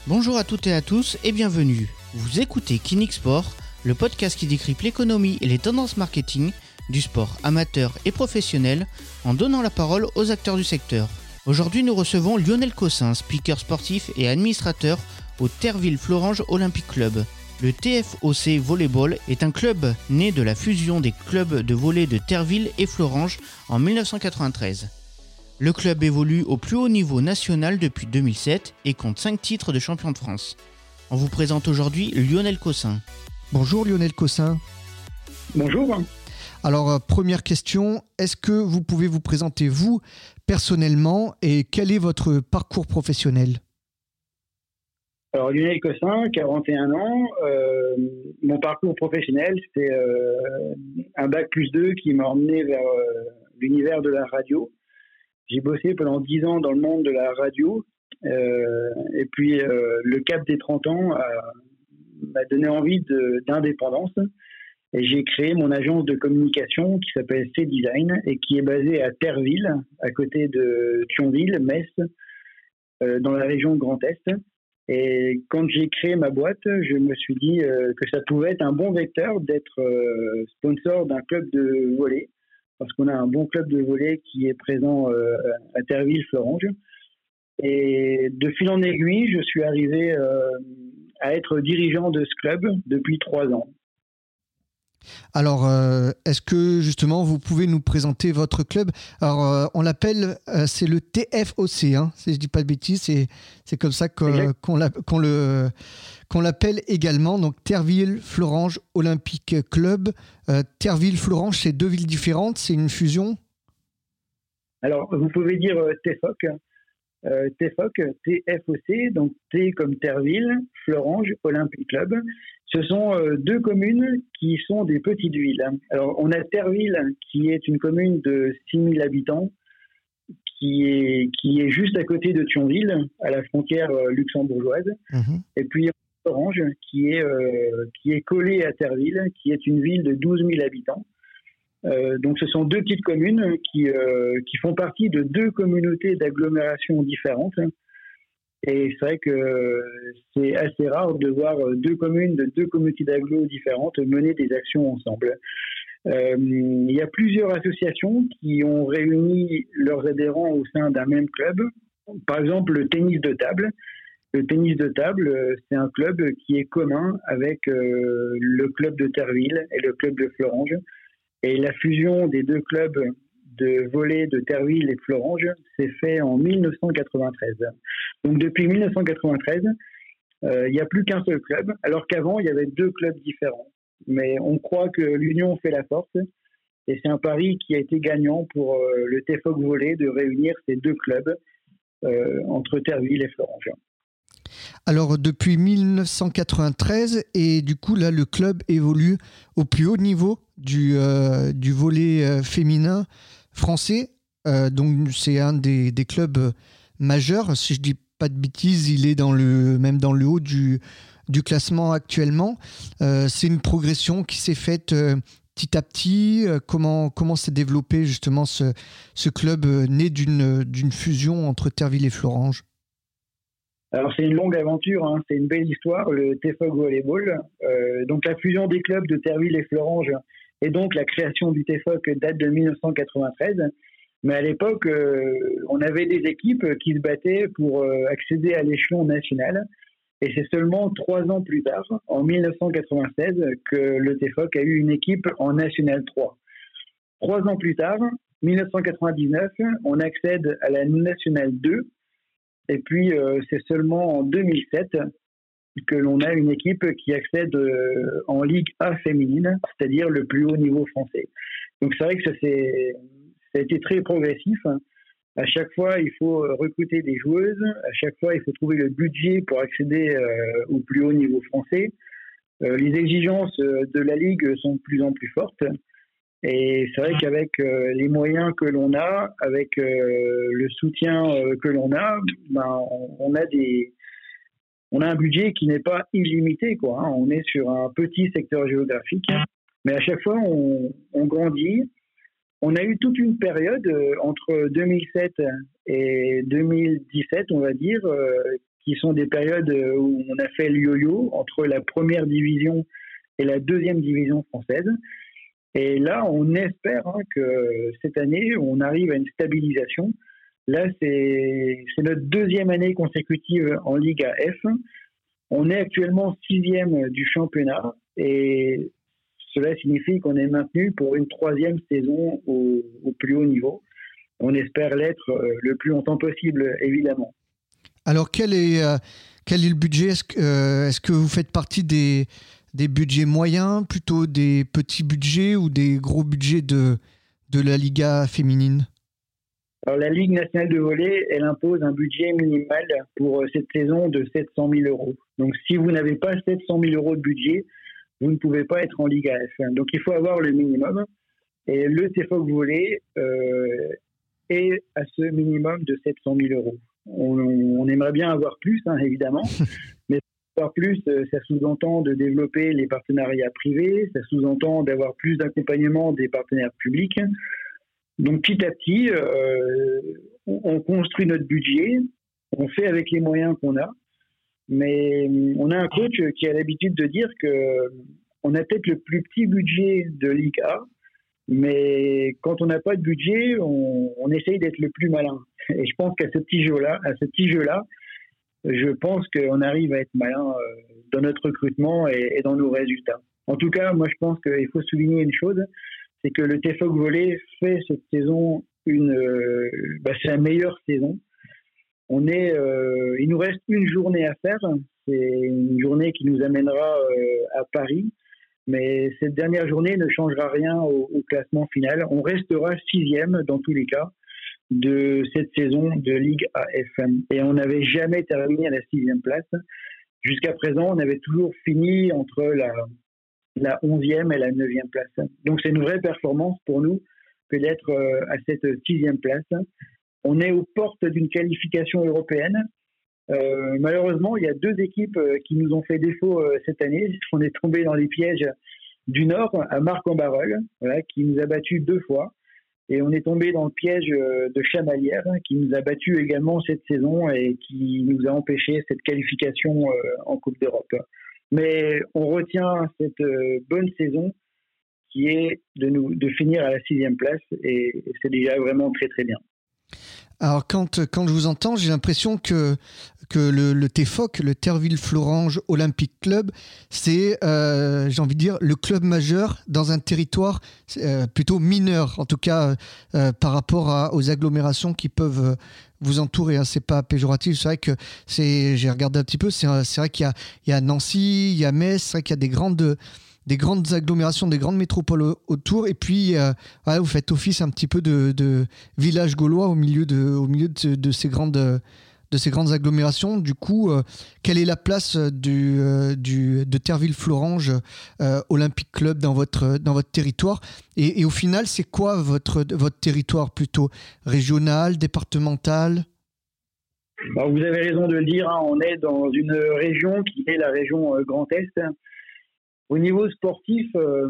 Bonjour à toutes et à tous et bienvenue. Vous écoutez Kinnick Sport, le podcast qui décrypte l'économie et les tendances marketing du sport amateur et professionnel en donnant la parole aux acteurs du secteur. Aujourd'hui, nous recevons Lionel Cossin, speaker sportif et administrateur au Terville Florange Olympic Club. Le TFOC Volleyball est un club né de la fusion des clubs de volley de Terville et Florange en 1993. Le club évolue au plus haut niveau national depuis 2007 et compte 5 titres de champion de France. On vous présente aujourd'hui Lionel Cossin. Bonjour Lionel Cossin. Bonjour. Alors, première question, est-ce que vous pouvez vous présenter vous personnellement et quel est votre parcours professionnel ? Alors Lionel Cossin, 41 ans. Mon parcours professionnel, c'est un bac plus 2 qui m'a emmené vers l'univers de la radio. J'ai bossé pendant 10 ans dans le monde de la radio. Et puis, le cap des 30 ans m'a donné envie d'indépendance. Et j'ai créé mon agence de communication qui s'appelle C-Design et qui est basée à Terville, à côté de Thionville, Metz, dans la région Grand Est. Et quand j'ai créé ma boîte, je me suis dit que ça pouvait être un bon vecteur d'être sponsor d'un club de volley, parce qu'on a un bon club de volley qui est présent à Terville-Florange. Et de fil en aiguille, je suis arrivé à être dirigeant de ce club depuis 3 ans. Alors, est-ce que justement vous pouvez nous présenter votre club ? Alors, on l'appelle, c'est le TFOC, hein, si je ne dis pas de bêtises, c'est comme ça qu'on l'appelle également. Donc, Terville-Florange Olympic Club. Terville-Florange, c'est 2 villes différentes, c'est une fusion ? Alors, vous pouvez dire TFOC. TFOC, donc T comme Terville, Florange Olympic Club. Ce sont 2 communes qui sont des petites villes. Alors, on a Terville, qui est une commune de 6000 habitants, qui est juste à côté de Thionville, à la frontière luxembourgeoise. Mmh. Et puis, Florange, qui est collée à Terville, qui est une ville de 12 000 habitants. Donc, ce sont 2 petites communes qui font partie de 2 communautés d'agglomération différentes. Et c'est vrai que c'est assez rare de voir 2 communes de 2 communautés d'agglo différentes mener des actions ensemble. Il y a plusieurs associations qui ont réuni leurs adhérents au sein d'un même club. Par exemple, le tennis de table. Le tennis de table, c'est un club qui est commun avec le club de Terville et le club de Florange. Et la fusion des 2 clubs de volley de Terville et de Florange s'est fait en 1993. Donc depuis 1993, il n'y a plus qu'un seul club, alors qu'avant, il y avait 2 clubs différents. Mais on croit que l'union fait la force, et c'est un pari qui a été gagnant pour le TFOC Volley de réunir ces 2 clubs entre Terville et Florange. Alors, depuis 1993, et du coup, là, le club évolue au plus haut niveau du volley féminin français. Donc, c'est un des clubs majeurs. Si je ne dis pas de bêtises, il est même dans le haut du classement actuellement. C'est une progression qui s'est faite petit à petit. Comment s'est développé justement ce club né d'une fusion entre Terville et Florange ? Alors, c'est une longue aventure, hein. C'est une belle histoire, le TFOC Volleyball. Donc, la fusion des clubs de Terville et Florange et donc la création du TFOC date de 1993. Mais à l'époque, on avait des équipes qui se battaient pour accéder à l'échelon national. Et c'est seulement 3 ans plus tard, en 1996, que le TFOC a eu une équipe en National 3. 3 ans plus tard, 1999, on accède à la National 2. Et puis, c'est seulement en 2007 que l'on a une équipe qui accède en Ligue A féminine, c'est-à-dire le plus haut niveau français. Donc, c'est vrai que ça a été très progressif. À chaque fois, il faut recruter des joueuses. À chaque fois, il faut trouver le budget pour accéder au plus haut niveau français. Les exigences de la Ligue sont de plus en plus fortes. Et c'est vrai qu'avec les moyens que l'on a, avec le soutien que l'on a, on a un budget qui n'est pas illimité, quoi, hein. On est sur un petit secteur géographique, mais à chaque fois on grandit. On a eu toute une période entre 2007 et 2017, on va dire, qui sont des périodes où on a fait le yo-yo entre la première division et la deuxième division française. Et là, on espère que cette année, on arrive à une stabilisation. Là, c'est notre deuxième année consécutive en Liga F. On est actuellement 6e du championnat et cela signifie qu'on est maintenu pour une 3e saison au plus haut niveau. On espère l'être le plus longtemps possible, évidemment. Alors, quel est le budget ? Est-ce que vous faites partie des budgets moyens, plutôt des petits budgets ou des gros budgets de la Liga féminine ? Alors, la Ligue nationale de volley, elle impose un budget minimal pour cette saison de 700 000 euros. Donc, si vous n'avez pas 700 000 euros de budget, vous ne pouvez pas être en Liga F. Donc, il faut avoir le minimum. Et le TFOC volley est à ce minimum de 700 000 euros. On aimerait bien avoir plus, évidemment, mais avoir plus, ça sous-entend de développer les partenariats privés, ça sous-entend d'avoir plus d'accompagnement des partenaires publics. Donc petit à petit, on construit notre budget, on fait avec les moyens qu'on a, mais on a un coach qui a l'habitude de dire qu'on a peut-être le plus petit budget de Ligue A, mais quand on n'a pas de budget, on essaye d'être le plus malin. Et je pense qu'à ce petit jeu-là, je pense qu'on arrive à être malin dans notre recrutement et dans nos résultats. En tout cas, moi je pense qu'il faut souligner une chose, c'est que le TFOC volley fait cette saison c'est la meilleure saison. Il nous reste une journée à faire. C'est une journée qui nous amènera à Paris. Mais cette dernière journée ne changera rien au classement final. On restera 6e dans tous les cas de cette saison de Ligue AF. Et on n'avait jamais terminé à la 6e place. Jusqu'à présent, on avait toujours fini entre la 11e et la 9e place. Donc c'est une vraie performance pour nous que d'être à cette 6e place. On est aux portes d'une qualification européenne. Malheureusement, il y a 2 équipes qui nous ont fait défaut cette année. On est tombé dans les pièges du Nord à Marc-en-Barœul, qui nous a battus 2 fois. Et on est tombé dans le piège de Chamalières, qui nous a battus également cette saison et qui nous a empêché cette qualification en Coupe d'Europe. Mais on retient cette bonne saison qui est de finir à la 6e place et c'est déjà vraiment très très bien. Alors quand je vous entends, j'ai l'impression que le TFOC, le Terville-Florange Olympic Club, c'est, j'ai envie de dire, le club majeur dans un territoire plutôt mineur, en tout cas par rapport aux agglomérations qui peuvent vous entourer. C'est pas péjoratif, c'est vrai que j'ai regardé un petit peu, c'est vrai qu'il y a Nancy, il y a Metz, c'est vrai qu'il y a des grandes agglomérations, des grandes métropoles autour, et puis vous faites office un petit peu de village gaulois au milieu de ces grandes agglomérations. Du coup, quelle est la place de Terville-Florange Olympic Club dans votre territoire, et au final, c'est quoi votre territoire, plutôt régional, départemental ? Alors, vous avez raison de le dire, on est dans une région qui est la région Grand Est. Au niveau sportif,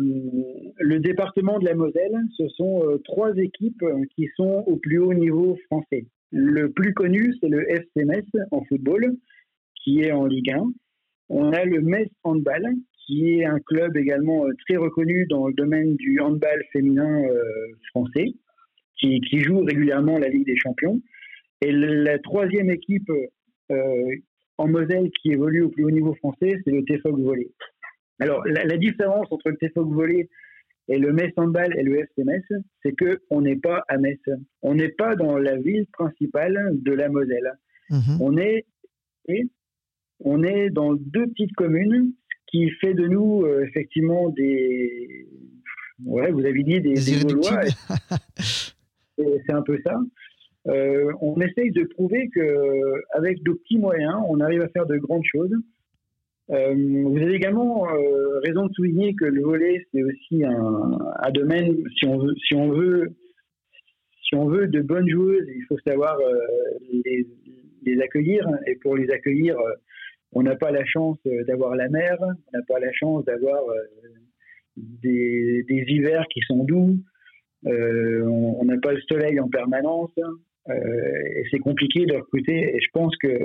le département de la Moselle, ce sont 3 équipes qui sont au plus haut niveau français. Le plus connu, c'est le FC Metz en football, qui est en Ligue 1. On a le Metz Handball, qui est un club également très reconnu dans le domaine du handball féminin français, qui joue régulièrement la Ligue des Champions. Et la 3e équipe en Moselle qui évolue au plus haut niveau français, c'est le TFOC volley. Alors, la différence entre le TFOC volley et le Metz Handball et le FC Metz, c'est qu'on n'est pas à Metz. On n'est pas dans la ville principale de la Moselle. Mmh. On est dans 2 petites communes, ce qui fait de nous effectivement des... Ouais, vous avez dit des Gaulois. C'est un peu ça. On essaye de prouver qu'avec de petits moyens, on arrive à faire de grandes choses. Vous avez également raison de souligner que le volley, c'est aussi un domaine, si on veut de bonnes joueuses, il faut savoir les accueillir. Et pour les accueillir, on n'a pas la chance d'avoir la mer, on n'a pas la chance d'avoir des hivers qui sont doux, on n'a pas le soleil en permanence, et c'est compliqué de recruter. Et je pense que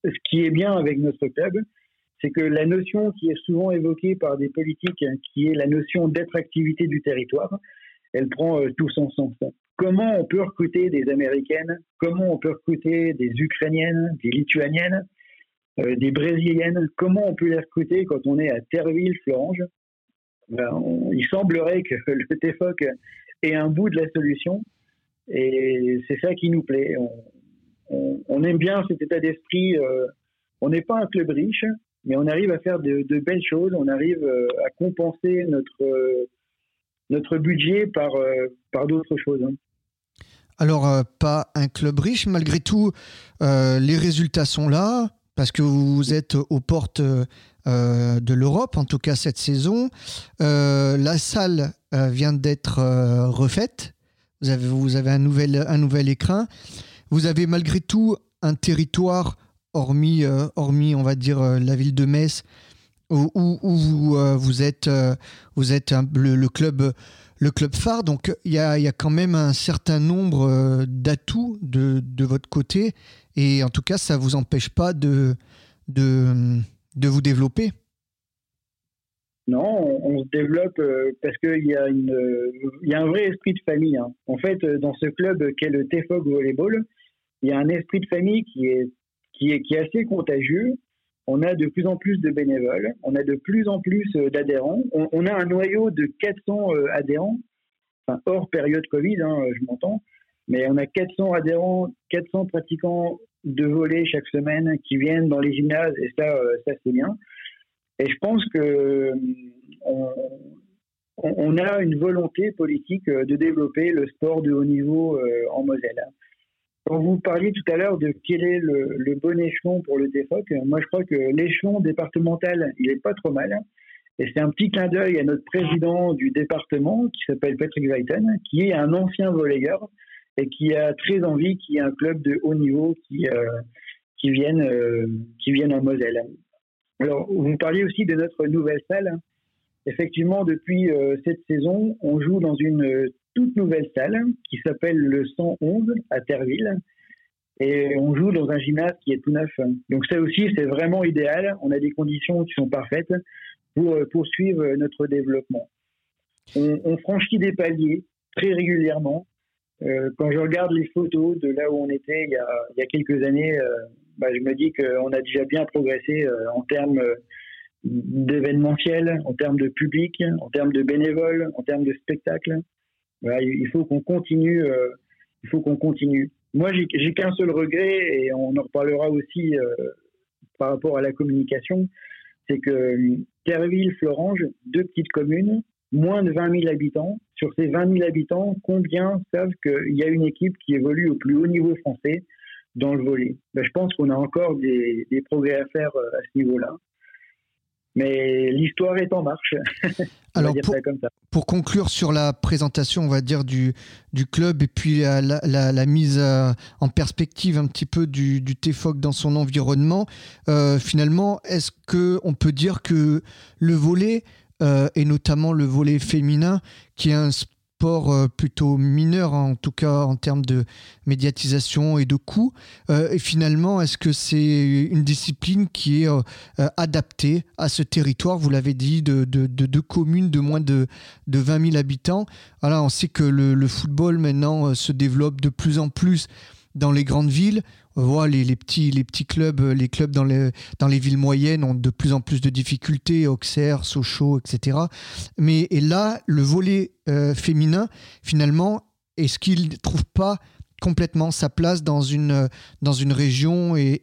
ce qui est bien avec notre club, c'est que la notion qui est souvent évoquée par des politiques, qui est la notion d'attractivité du territoire, elle prend tout son sens. Comment on peut recruter des Américaines, comment on peut recruter des Ukrainiennes, des Lituaniennes, des Brésiliennes, comment on peut les recruter quand on est à Therville-Florange? Il semblerait que le TFOC ait un bout de la solution, et c'est ça qui nous plaît. On aime bien cet état d'esprit. On n'est pas un club riche, mais on arrive à faire de belles choses, on arrive à compenser notre budget par d'autres choses. Alors, pas un club riche, malgré tout, les résultats sont là, parce que vous êtes aux portes de l'Europe, en tout cas cette saison. La salle vient d'être refaite, vous avez un nouvel écrin. Vous avez malgré tout un territoire, hormis on va dire, la ville de Metz, où vous êtes le club phare, donc il y a quand même un certain nombre d'atouts de votre côté, et en tout cas ça vous empêche pas de vous développer. Non, on se développe parce qu'il y a un vrai esprit de famille. Hein. En fait, dans ce club qu'est le TFOC Volleyball, il y a un esprit de famille qui est assez contagieux. On a de plus en plus de bénévoles, on a de plus en plus d'adhérents. On a un noyau de 400 adhérents, enfin, hors période Covid, je m'entends, mais on a 400 adhérents, 400 pratiquants de volley chaque semaine qui viennent dans les gymnases, et ça c'est bien. Et je pense que on a une volonté politique de développer le sport de haut niveau en Moselle. Quand vous parliez tout à l'heure de quel est le bon échelon pour le TFOC, moi je crois que l'échelon départemental, il n'est pas trop mal. Et c'est un petit clin d'œil à notre président du département, qui s'appelle Patrick Weiten, qui est un ancien volleyeur et qui a très envie qu'il y ait un club de haut niveau qui vienne en Moselle. Alors, vous parliez aussi de notre nouvelle salle. Effectivement, depuis cette saison, on joue dans une toute nouvelle salle qui s'appelle le 111 à Therville, et on joue dans un gymnase qui est tout neuf. Donc ça aussi, c'est vraiment idéal. On a des conditions qui sont parfaites pour poursuivre notre développement. On franchit des paliers très régulièrement. Quand je regarde les photos de là où on était il y a quelques années, je me dis qu'on a déjà bien progressé en termes d'événementiel, en termes de public, en termes de bénévoles, en termes de spectacles. Voilà, il faut qu'on continue. Moi, j'ai qu'un seul regret, et on en reparlera aussi par rapport à la communication, c'est que Therville-Florange, 2 petites communes, moins de 20 000 habitants. Sur ces 20 000 habitants, combien savent qu'il y a une équipe qui évolue au plus haut niveau français dans le volley? Je pense qu'on a encore des progrès à faire à ce niveau-là. Mais l'histoire est en marche. Alors, pour conclure sur la présentation, on va dire, du club, et puis la mise en perspective un petit peu du TFOC dans son environnement, finalement, est-ce qu'on peut dire que le volley, et notamment le volley féminin, qui est un sport plutôt mineur, en tout cas en termes de médiatisation et de coûts, et finalement, est-ce que c'est une discipline qui est adaptée à ce territoire, vous l'avez dit, de 2 communes de moins de 20 000 habitants. Voilà, on sait que le football maintenant se développe de plus en plus dans les grandes villes. On voit les petits clubs, les clubs dans les villes moyennes ont de plus en plus de difficultés, Auxerre, Sochaux, etc. Et là, le volley féminin, finalement, est-ce qu'il ne trouve pas complètement sa place dans une région et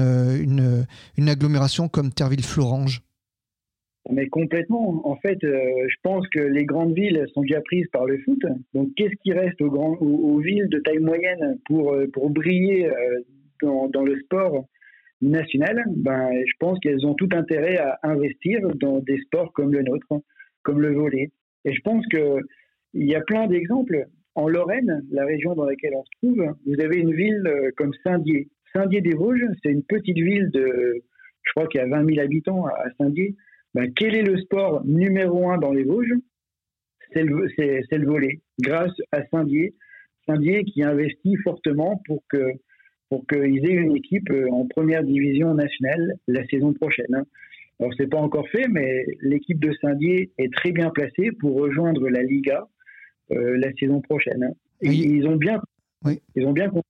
une agglomération comme Therville-Florange? Mais complètement. En fait, je pense que les grandes villes sont déjà prises par le foot. Donc, qu'est-ce qui reste aux villes de taille moyenne pour briller dans le sport national? Je pense qu'elles ont tout intérêt à investir dans des sports comme le nôtre, comme le volley. Et je pense qu'il y a plein d'exemples. En Lorraine, la région dans laquelle on se trouve, vous avez une ville comme Saint-Dié. Saint-Dié-des-Vosges, c'est une petite ville je crois qu'il y a 20 000 habitants à Saint-Dié. Quel est le sport numéro 1 dans les Vosges? C'est le volley. Grâce à Saint-Dié qui investit fortement pour que pour qu'ils aient une équipe en première division nationale la saison prochaine. Alors, c'est pas encore fait, mais l'équipe de Saint-Dié est très bien placée pour rejoindre la Liga la saison prochaine. Et ils ont bien compris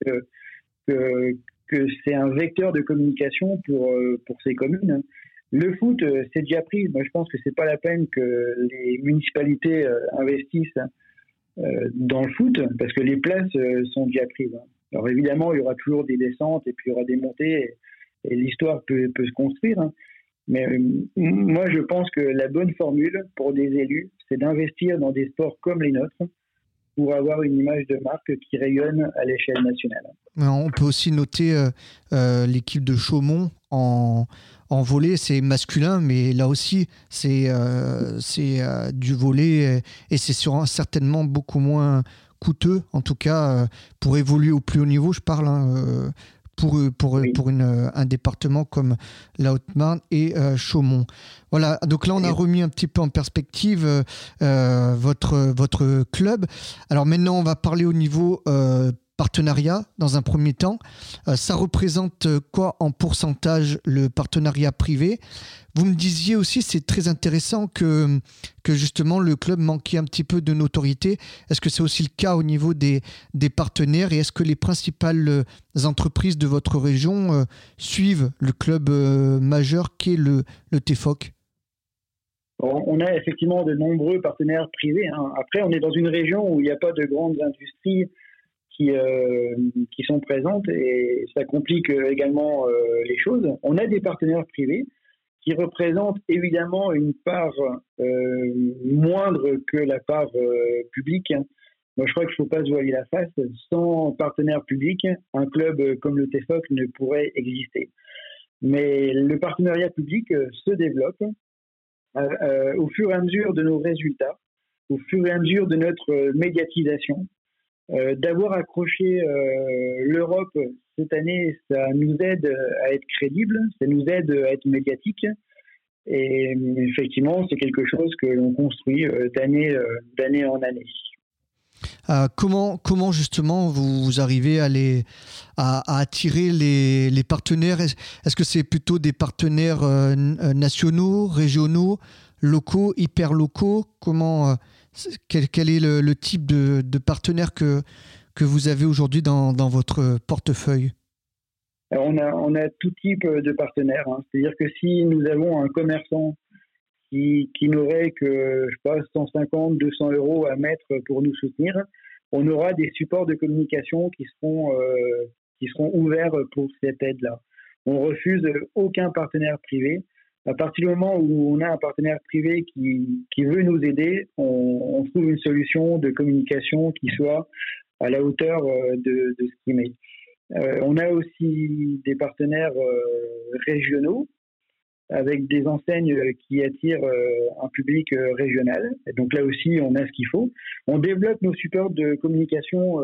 que c'est un vecteur de communication pour ces communes. Le foot, c'est déjà pris. Moi, je pense que c'est pas la peine que les municipalités investissent dans le foot, parce que les places sont déjà prises. Alors évidemment, il y aura toujours des descentes et puis il y aura des montées et l'histoire peut se construire. Mais moi, je pense que la bonne formule pour des élus, c'est d'investir dans des sports comme les nôtres pour avoir une image de marque qui rayonne à l'échelle nationale. On peut aussi noter l'équipe de Chaumont en volley, c'est masculin, mais là aussi, c'est du volley et c'est certainement beaucoup moins coûteux, en tout cas, pour évoluer au plus haut niveau, je parle, pour un département comme la Haute-Marne et Chaumont. Voilà, donc là on a remis un petit peu en perspective votre club. Alors maintenant on va parler au niveau partenariat dans un premier temps. Ça représente quoi en pourcentage le partenariat privé ? Vous me disiez aussi, c'est très intéressant que justement le club manquait un petit peu de notoriété. Est-ce que c'est aussi le cas au niveau des partenaires et est-ce que les principales entreprises de votre région suivent le club majeur qu'est le TFOC ? On a effectivement de nombreux partenaires privés. Après, on est dans une région où il n'y a pas de grandes industries qui sont présentes et ça complique également les choses. On a des partenaires privés qui représentent évidemment une part moindre que la part publique. Moi, je crois qu'il ne faut pas se voiler la face. Sans partenaire public, un club comme le TFOC ne pourrait exister. Mais le partenariat public se développe au fur et à mesure de nos résultats, au fur et à mesure de notre médiatisation. D'avoir accroché l'Europe cette année, ça nous aide à être crédible, ça nous aide à être médiatique. Et effectivement, c'est quelque chose que l'on construit d'année en année. Comment justement vous arrivez à attirer les partenaires ? Est-ce que c'est plutôt des partenaires nationaux, régionaux, locaux, hyper locaux ? Quel est le type de partenaire que vous avez aujourd'hui dans votre portefeuille ? Alors on a tout type de partenaires. C'est-à-dire que si nous avons un commerçant qui n'aurait que, je sais pas, 150, 200 euros à mettre pour nous soutenir, on aura des supports de communication qui seront ouverts pour cette aide-là. On refuse aucun partenaire privé. À partir du moment où on a un partenaire privé qui veut nous aider, on trouve une solution de communication qui soit à la hauteur de ce qu'il met. On a aussi des partenaires régionaux avec des enseignes qui attirent un public régional. Et donc là aussi, on a ce qu'il faut. On développe nos supports de communication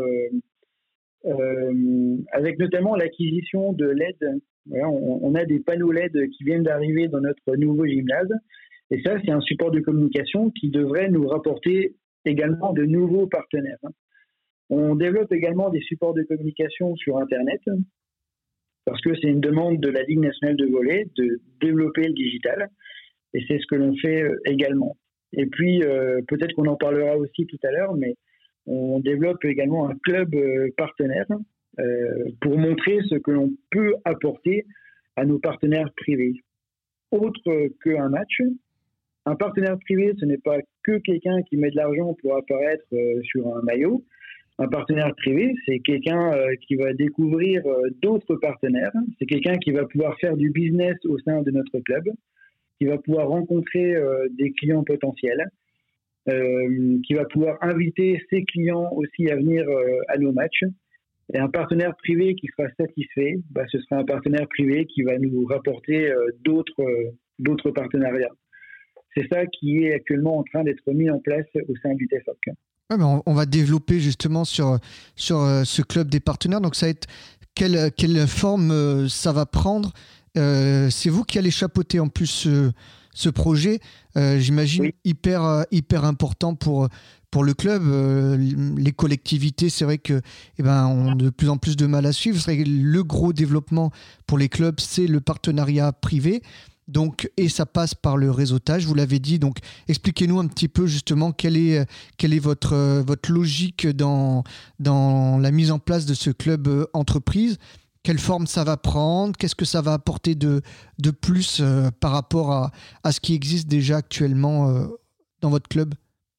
avec notamment l'acquisition de LED. Voilà, on a des panneaux LED qui viennent d'arriver dans notre nouveau gymnase. Et ça, c'est un support de communication qui devrait nous rapporter également de nouveaux partenaires. On développe également des supports de communication sur Internet parce que c'est une demande de la Ligue nationale de volley de développer le digital. Et c'est ce que l'on fait également. Et puis, peut-être qu'on en parlera aussi tout à l'heure, mais on développe également un club partenaire pour montrer ce que l'on peut apporter à nos partenaires privés. Autre qu'un match, un partenaire privé, ce n'est pas que quelqu'un qui met de l'argent pour apparaître sur un maillot. Un partenaire privé, c'est quelqu'un qui va découvrir d'autres partenaires. C'est quelqu'un qui va pouvoir faire du business au sein de notre club, qui va pouvoir rencontrer des clients potentiels, qui va pouvoir inviter ses clients aussi à venir à nos matchs. Et un partenaire privé qui sera satisfait, ce sera un partenaire privé qui va nous rapporter d'autres partenariats. C'est ça qui est actuellement en train d'être mis en place au sein du TFOC. Ouais, on va développer justement sur ce club des partenaires. Donc ça va être quelle forme ça va prendre. C'est vous qui allez chapeauter en plus ce projet, j'imagine, oui. hyper important pour pour le club. Les collectivités, c'est vrai que ont de plus en plus de mal à suivre. C'est vrai que le gros développement pour les clubs, c'est le partenariat privé. Donc, et ça passe par le réseautage, vous l'avez dit. Donc, expliquez-nous un petit peu justement quelle est votre logique dans la mise en place de ce club entreprise. Quelle forme ça va prendre? Qu'est-ce que ça va apporter de plus par rapport à ce qui existe déjà actuellement dans votre club?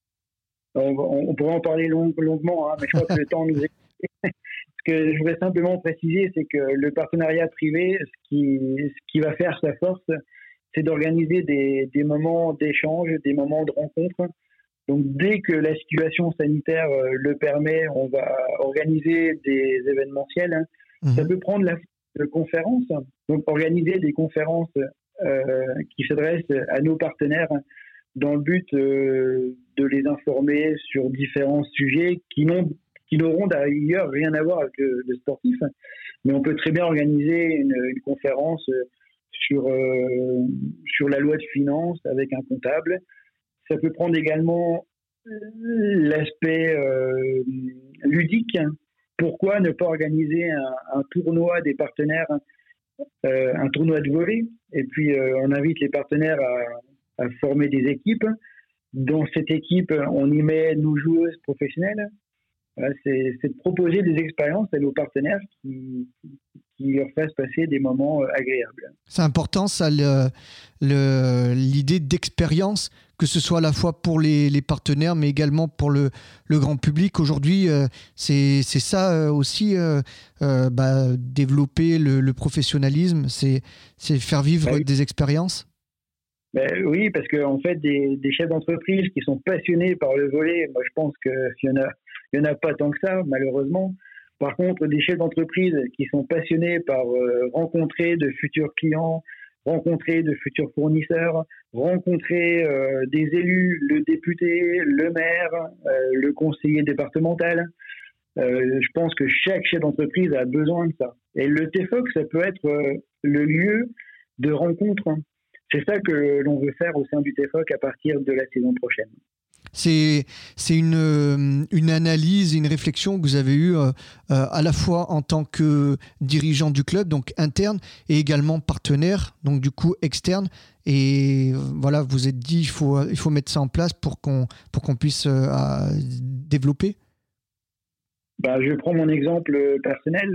On pourrait en parler longuement, mais je crois que le temps nous est... Ce que je voudrais simplement préciser, c'est que le partenariat privé, ce qui va faire sa force, c'est d'organiser des moments d'échange, des moments de rencontre. Donc, dès que la situation sanitaire le permet, on va organiser des événementiels. Ça peut prendre la forme de conférences. Donc, organiser des conférences qui s'adressent à nos partenaires dans le but de les informer sur différents sujets qui n'auront d'ailleurs rien à voir avec le sportif. Mais on peut très bien organiser une conférence sur la loi de finances avec un comptable. Ça peut prendre également l'aspect ludique. Pourquoi ne pas organiser un tournoi des partenaires, un tournoi de volley, et puis on invite les partenaires à former des équipes. Dans cette équipe, on y met nos joueuses professionnelles. Voilà, c'est de proposer des expériences à nos partenaires qui leur fassent passer des moments agréables. C'est important, ça, l'idée d'expérience, que ce soit à la fois pour les partenaires, mais également pour le grand public. Aujourd'hui, c'est ça aussi, développer le professionnalisme, c'est faire vivre des expériences. Oui, parce qu'en fait, des chefs d'entreprise qui sont passionnés par le volley, moi je pense qu'il y en a pas tant que ça, malheureusement. Par contre, des chefs d'entreprise qui sont passionnés par rencontrer de futurs clients, rencontrer de futurs fournisseurs, rencontrer des élus, le député, le maire, le conseiller départemental. Je pense que chaque chef d'entreprise a besoin de ça. Et le TFOC, ça peut être le lieu de rencontre. C'est ça que l'on veut faire au sein du TFOC à partir de la saison prochaine. C'est une analyse, une réflexion que vous avez eue à la fois en tant que dirigeant du club, donc interne, et également partenaire, donc du coup externe. Et voilà, vous vous êtes dit il faut mettre ça en place pour qu'on puisse développer. Je prends mon exemple personnel.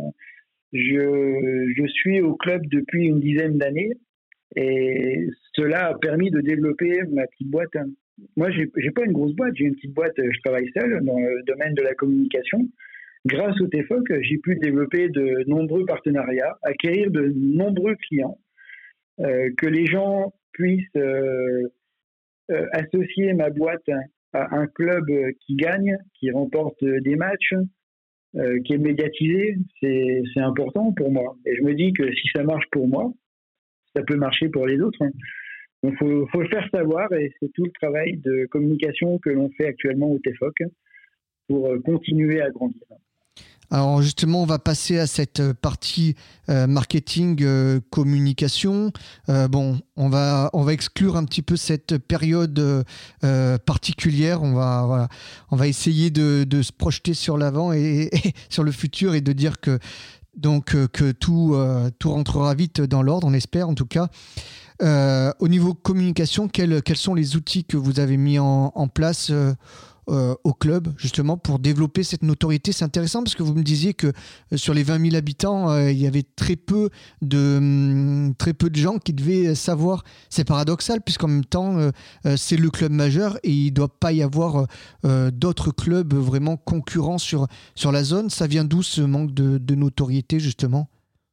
Je suis au club depuis une dizaine d'années et cela a permis de développer ma petite boîte. Moi, j'ai pas une grosse boîte, j'ai une petite boîte, je travaille seul dans le domaine de la communication. Grâce au TFOC, j'ai pu développer de nombreux partenariats, acquérir de nombreux clients, que les gens puissent associer ma boîte à un club qui gagne, qui remporte des matchs, qui est médiatisé, c'est important pour moi. Et je me dis que si ça marche pour moi, ça peut marcher pour les autres. Donc, faut le faire savoir et c'est tout le travail de communication que l'on fait actuellement au TFOC pour continuer à grandir. Alors justement, on va passer à cette partie marketing, communication. On va exclure un petit peu cette période particulière. On va essayer de se projeter sur l'avant et sur le futur et de dire que tout rentrera vite dans l'ordre, on espère en tout cas. Au niveau communication, quels sont les outils que vous avez mis en place au club, justement, pour développer cette notoriété? C'est intéressant parce que vous me disiez que sur les 20 000 habitants, il y avait très peu de gens qui devaient savoir. C'est paradoxal, puisqu'en même temps, c'est le club majeur et il ne doit pas y avoir d'autres clubs vraiment concurrents sur la zone. Ça vient d'où ce manque de notoriété, justement?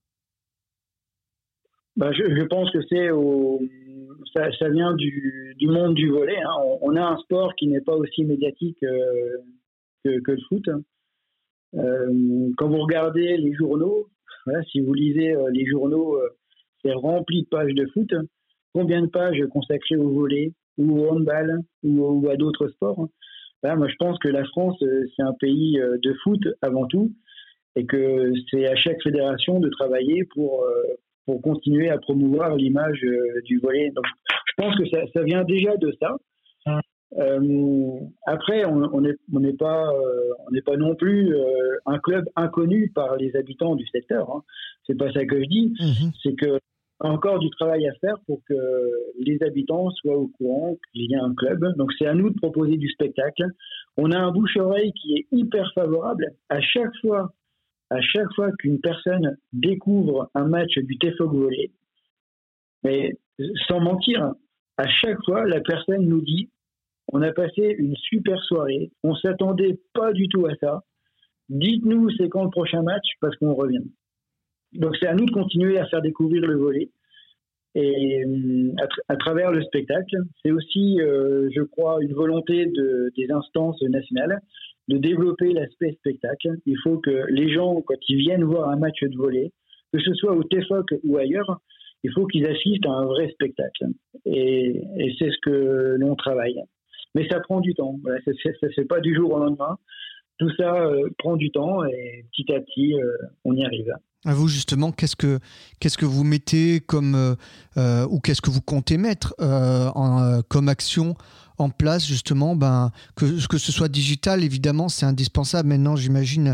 Je pense que ça vient du monde du volley. On a un sport qui n'est pas aussi médiatique que le foot. Quand vous regardez les journaux, si vous lisez les journaux, c'est rempli de pages de foot. Combien de pages consacrées au volley ou au handball ou à d'autres sports? Moi, je pense que la France, c'est un pays de foot avant tout et que c'est à chaque fédération de travailler pour continuer à promouvoir l'image du volley. Donc, je pense que ça vient déjà de ça. Après, on n'est pas non plus un club inconnu par les habitants du secteur. Hein. C'est pas ça que je dis. C'est que encore du travail à faire pour que les habitants soient au courant qu'il y a un club. Donc c'est à nous de proposer du spectacle. On a un bouche-oreille qui est hyper favorable. À chaque fois qu'une personne découvre un match du TFOC volley, mais sans mentir, à chaque fois la personne nous dit: on a passé une super soirée, on s'attendait pas du tout à ça. Dites-nous c'est quand le prochain match parce qu'on revient. Donc c'est à nous de continuer à faire découvrir le volley et à travers le spectacle. C'est aussi, je crois, une volonté des instances nationales de développer l'aspect spectacle. Il faut que les gens, quand ils viennent voir un match de volley, que ce soit au TFOC ou ailleurs, il faut qu'ils assistent à un vrai spectacle. Et c'est ce que l'on travaille. Mais ça prend du temps. Voilà, ça ne se fait pas du jour au lendemain. Tout ça prend du temps et petit à petit, on y arrive. À vous, justement, qu'est-ce que vous mettez comme, ou qu'est-ce que vous comptez mettre comme action en place, justement, que ce soit digital, évidemment, c'est indispensable maintenant, j'imagine,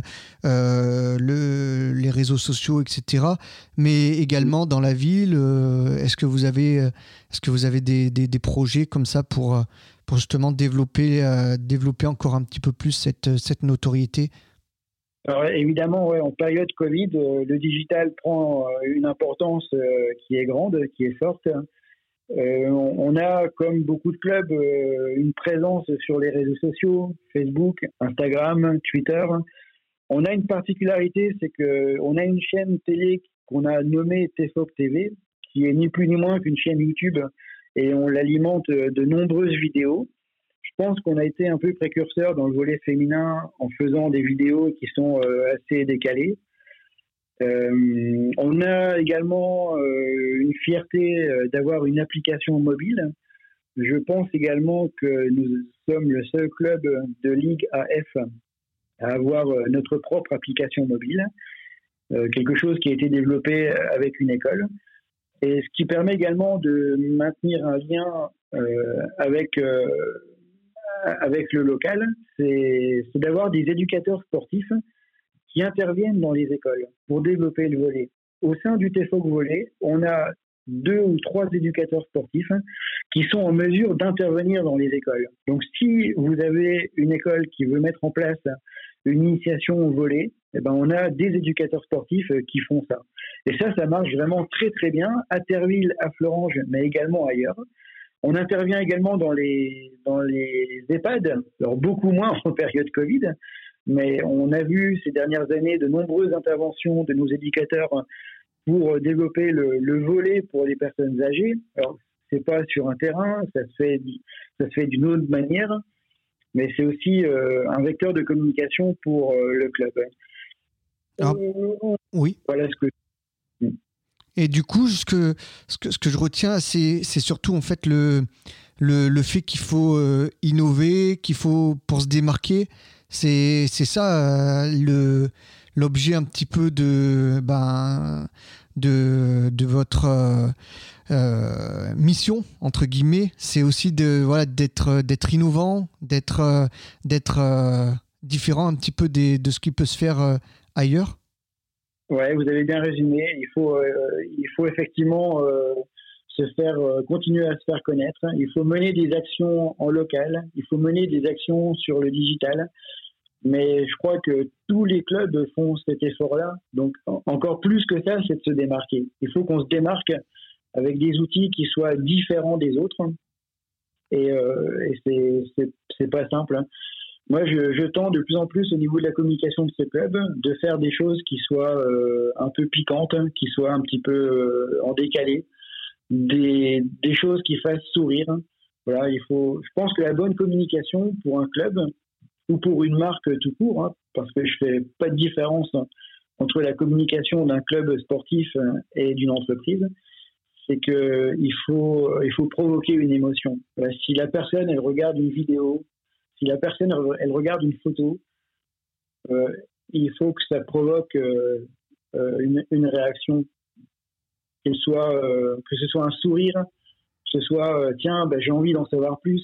les réseaux sociaux, etc. Mais également dans la ville, est-ce que vous avez des projets comme ça pour justement développer encore un petit peu plus cette notoriété? Alors évidemment, ouais, en période Covid, le digital prend une importance qui est grande, qui est forte. On a, comme beaucoup de clubs, une présence sur les réseaux sociaux, Facebook, Instagram, Twitter. On a une particularité, c'est qu'on a une chaîne télé qu'on a nommée TFOC TV, qui est ni plus ni moins qu'une chaîne YouTube, et on l'alimente de nombreuses vidéos. Je pense qu'on a été un peu précurseur dans le volley féminin en faisant des vidéos qui sont assez décalées. On a également une fierté d'avoir une application mobile. Je pense également que nous sommes le seul club de Ligue AF à avoir notre propre application mobile, quelque chose qui a été développé avec une école, et ce qui permet également de maintenir un lien avec le local, c'est d'avoir des éducateurs sportifs qui interviennent dans les écoles pour développer le volley. Au sein du TFOC volley, on a 2 ou 3 éducateurs sportifs qui sont en mesure d'intervenir dans les écoles. Donc si vous avez une école qui veut mettre en place une initiation au volley, eh ben on a des éducateurs sportifs qui font ça. Et ça marche vraiment très très bien à Terville, à Fleuranges, mais également ailleurs. On intervient également dans les EHPAD, alors beaucoup moins en période Covid, mais on a vu ces dernières années de nombreuses interventions de nos éducateurs pour développer le volley pour les personnes âgées. Alors, c'est pas sur un terrain, ça se fait d'une autre manière, mais c'est aussi un vecteur de communication pour le club. Oui. Voilà ce que. Et du coup, ce que je retiens, c'est surtout en fait le fait qu'il faut innover, qu'il faut, pour se démarquer, c'est ça l'objet un petit peu de votre mission entre guillemets. C'est aussi d'être innovant, d'être différent un petit peu de ce qui peut se faire ailleurs. Ouais, vous avez bien résumé. Il faut effectivement continuer à se faire connaître. Il faut mener des actions en local. Il faut mener des actions sur le digital. Mais je crois que tous les clubs font cet effort-là. Donc, encore plus que ça, c'est de se démarquer. Il faut qu'on se démarque avec des outils qui soient différents des autres. Et c'est pas simple. Moi, je tends de plus en plus au niveau de la communication de ce club de faire des choses qui soient un peu piquantes, qui soient un petit peu en décalé, des choses qui fassent sourire. Voilà, je pense que la bonne communication pour un club ou pour une marque tout court, parce que je fais pas de différence entre la communication d'un club sportif et d'une entreprise, c'est que il faut provoquer une émotion. Voilà, si la personne elle regarde une vidéo, si la personne elle regarde une photo, il faut que ça provoque une réaction, que ce soit un sourire, que ce soit tiens, j'ai envie d'en savoir plus.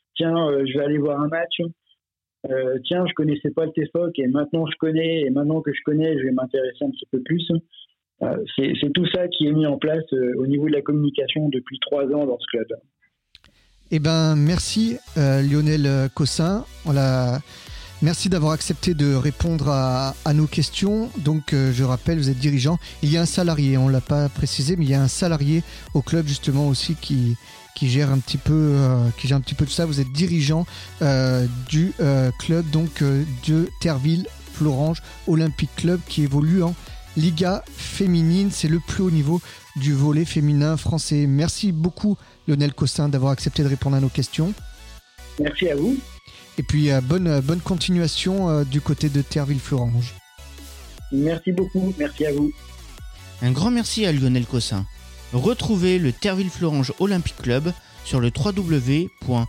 tiens, je vais aller voir un match. Tiens, je connaissais pas le TFOC et maintenant je connais, et maintenant que je connais, je vais m'intéresser un petit peu plus. C'est tout ça qui est mis en place au niveau de la communication depuis 3 ans dans ce club. Eh ben, merci Lionel Cossin. Merci d'avoir accepté de répondre à nos questions. Donc, je rappelle, vous êtes dirigeant. Il y a un salarié, on ne l'a pas précisé, mais il y a un salarié au club justement aussi qui gère un petit peu tout ça. Vous êtes dirigeant du club donc de Therville-Florange Olympique Club qui évolue en Liga féminine. C'est le plus haut niveau du volley féminin français. Merci beaucoup Lionel Cossin d'avoir accepté de répondre à nos questions. Merci à vous. Et puis bonne continuation du côté de Therville-Florange. Merci beaucoup, merci à vous. Un grand merci à Lionel Cossin. Retrouvez le Therville-Florange Olympique Club sur le www.tfoc.fr,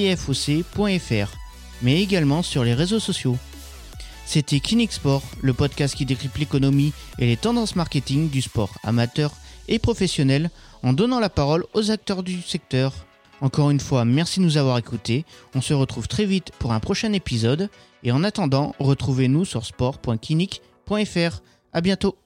mais également sur les réseaux sociaux. C'était Kinix Sport, le podcast qui décrypte l'économie et les tendances marketing du sport amateur et professionnel en donnant la parole aux acteurs du secteur. Encore une fois, merci de nous avoir écoutés. On se retrouve très vite pour un prochain épisode. Et en attendant, retrouvez-nous sur sport.kinix.fr. À bientôt.